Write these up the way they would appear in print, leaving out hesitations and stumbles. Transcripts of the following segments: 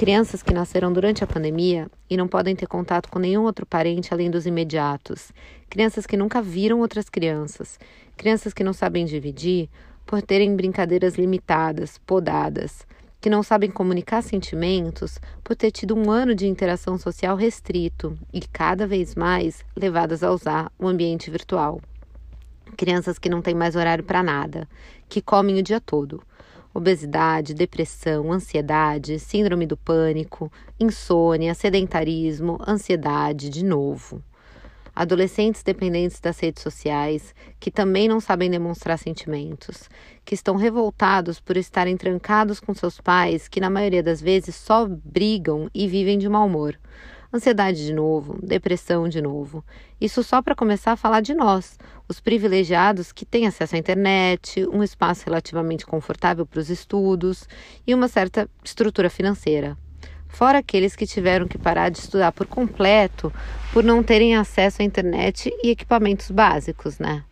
crianças que nasceram durante a pandemia e não podem ter contato com nenhum outro parente além dos imediatos, crianças que nunca viram outras crianças, crianças que não sabem dividir por terem brincadeiras limitadas, podadas, que não sabem comunicar sentimentos por ter tido um ano de interação social restrito e cada vez mais levadas a usar o ambiente virtual. Crianças que não têm mais horário para nada, que comem o dia todo. Obesidade, depressão, ansiedade, síndrome do pânico, insônia, sedentarismo, ansiedade de novo. Adolescentes dependentes das redes sociais, que também não sabem demonstrar sentimentos, que estão revoltados por estarem trancados com seus pais, que na maioria das vezes só brigam e vivem de mau humor. Ansiedade de novo, depressão de novo. Isso só para começar a falar de nós, os privilegiados que têm acesso à internet, um espaço relativamente confortável para os estudos e uma certa estrutura financeira. Fora aqueles que tiveram que parar de estudar por completo por não terem acesso à internet e equipamentos básicos, né?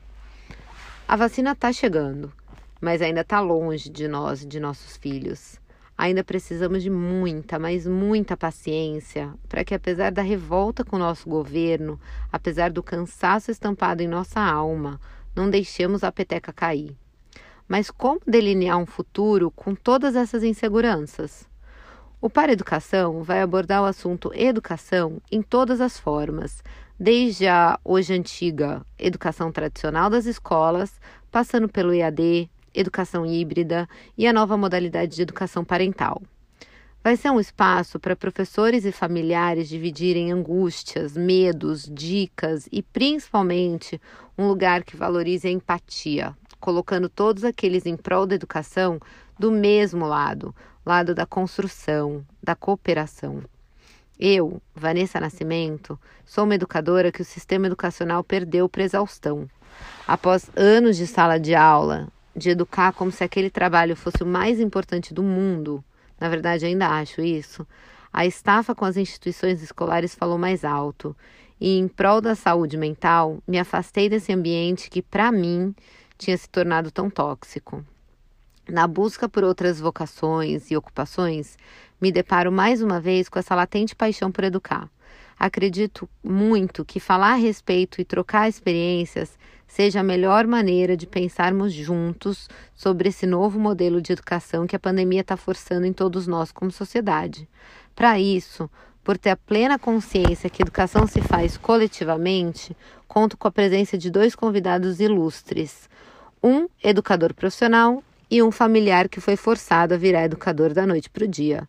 A vacina está chegando, mas ainda está longe de nós e de nossos filhos. Ainda precisamos de muita, mas muita paciência para que, apesar da revolta com o nosso governo, apesar do cansaço estampado em nossa alma, não deixemos a peteca cair. Mas como delinear um futuro com todas essas inseguranças? O Para Educação vai abordar o assunto educação em todas as formas, desde a hoje antiga educação tradicional das escolas, passando pelo EAD, educação híbrida e a nova modalidade de educação parental. Vai ser um espaço para professores e familiares dividirem angústias, medos, dicas e, principalmente, um lugar que valorize a empatia, colocando todos aqueles em prol da educação do mesmo lado da construção, da cooperação. Eu, Vanessa Nascimento, sou uma educadora que o sistema educacional perdeu para exaustão. Após anos de sala de aula, de educar como se aquele trabalho fosse o mais importante do mundo, na verdade ainda acho isso, a estafa com as instituições escolares falou mais alto e, em prol da saúde mental, me afastei desse ambiente que, para mim, tinha se tornado tão tóxico. Na busca por outras vocações e ocupações, me deparo mais uma vez com essa latente paixão por educar. Acredito muito que falar a respeito e trocar experiências seja a melhor maneira de pensarmos juntos sobre esse novo modelo de educação que a pandemia está forçando em todos nós como sociedade. Para isso, por ter a plena consciência que educação se faz coletivamente, conto com a presença de 2 convidados ilustres. Um educador profissional e um familiar que foi forçado a virar educador da noite para o dia.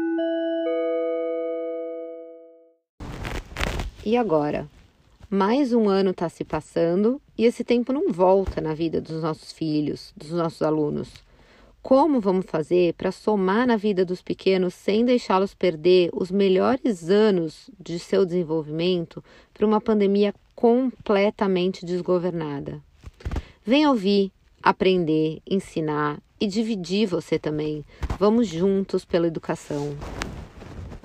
E agora? Mais um ano está se passando e esse tempo não volta na vida dos nossos filhos, dos nossos alunos. Como vamos fazer para somar na vida dos pequenos sem deixá-los perder os melhores anos de seu desenvolvimento para uma pandemia completamente desgovernada? Vem ouvir, aprender, ensinar e dividir você também. Vamos juntos pela educação.